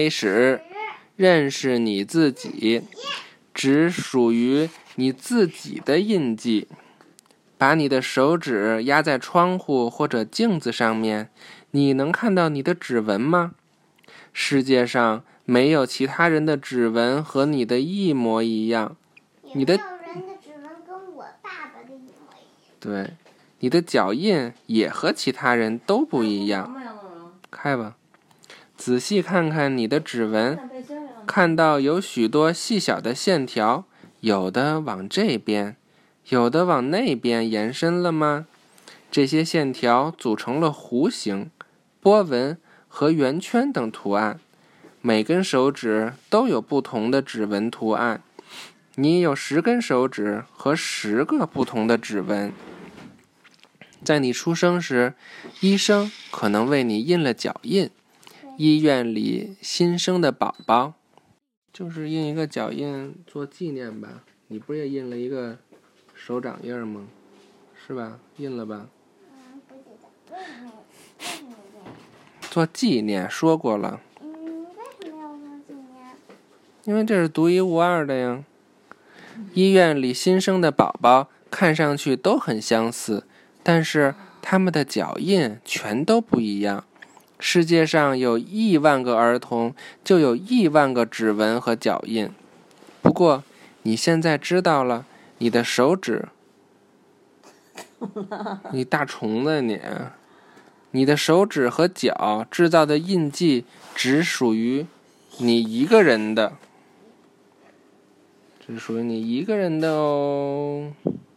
开始认识你自己，只属于你自己的印记。把你的手指压在窗户或者镜子上面，你能看到你的指纹吗？世界上没有其他人的指纹和你的一模一样。 也没有人的指纹跟我爸爸的一模一样。 对，你的脚印也和其他人都不一样。开吧，仔细看看你的指纹，看到有许多细小的线条，有的往这边，有的往那边延伸了吗？这些线条组成了弧形、波纹和圆圈等图案。每根手指都有不同的指纹图案。你有10根手指和10个不同的指纹。在你出生时，医生可能为你印了脚印。医院里新生的宝宝，就是印一个脚印做纪念吧。你不也印了一个手掌印吗？是吧？印了吧？ 不记得。为什么印？ 做纪念说过了。 为什么要做纪念？ 因为这是独一无二的呀。医院里新生的宝宝看上去都很相似，但是他们的脚印全都不一样。世界上有1万个儿童，就有1万个指纹和脚印。不过你现在知道了，你的手指你大虫子你的手指和脚制造的印记只属于你一个人的，只属于你一个人的哦。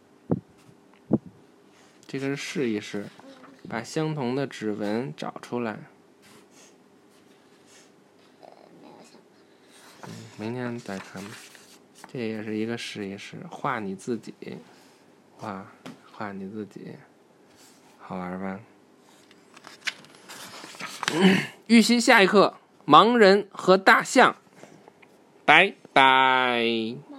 这个是试一试，把相同的指纹找出来。明天再看吧。这也是一个试一试，画你自己，画你自己，好玩吧？预习下一课，盲人和大象。拜拜。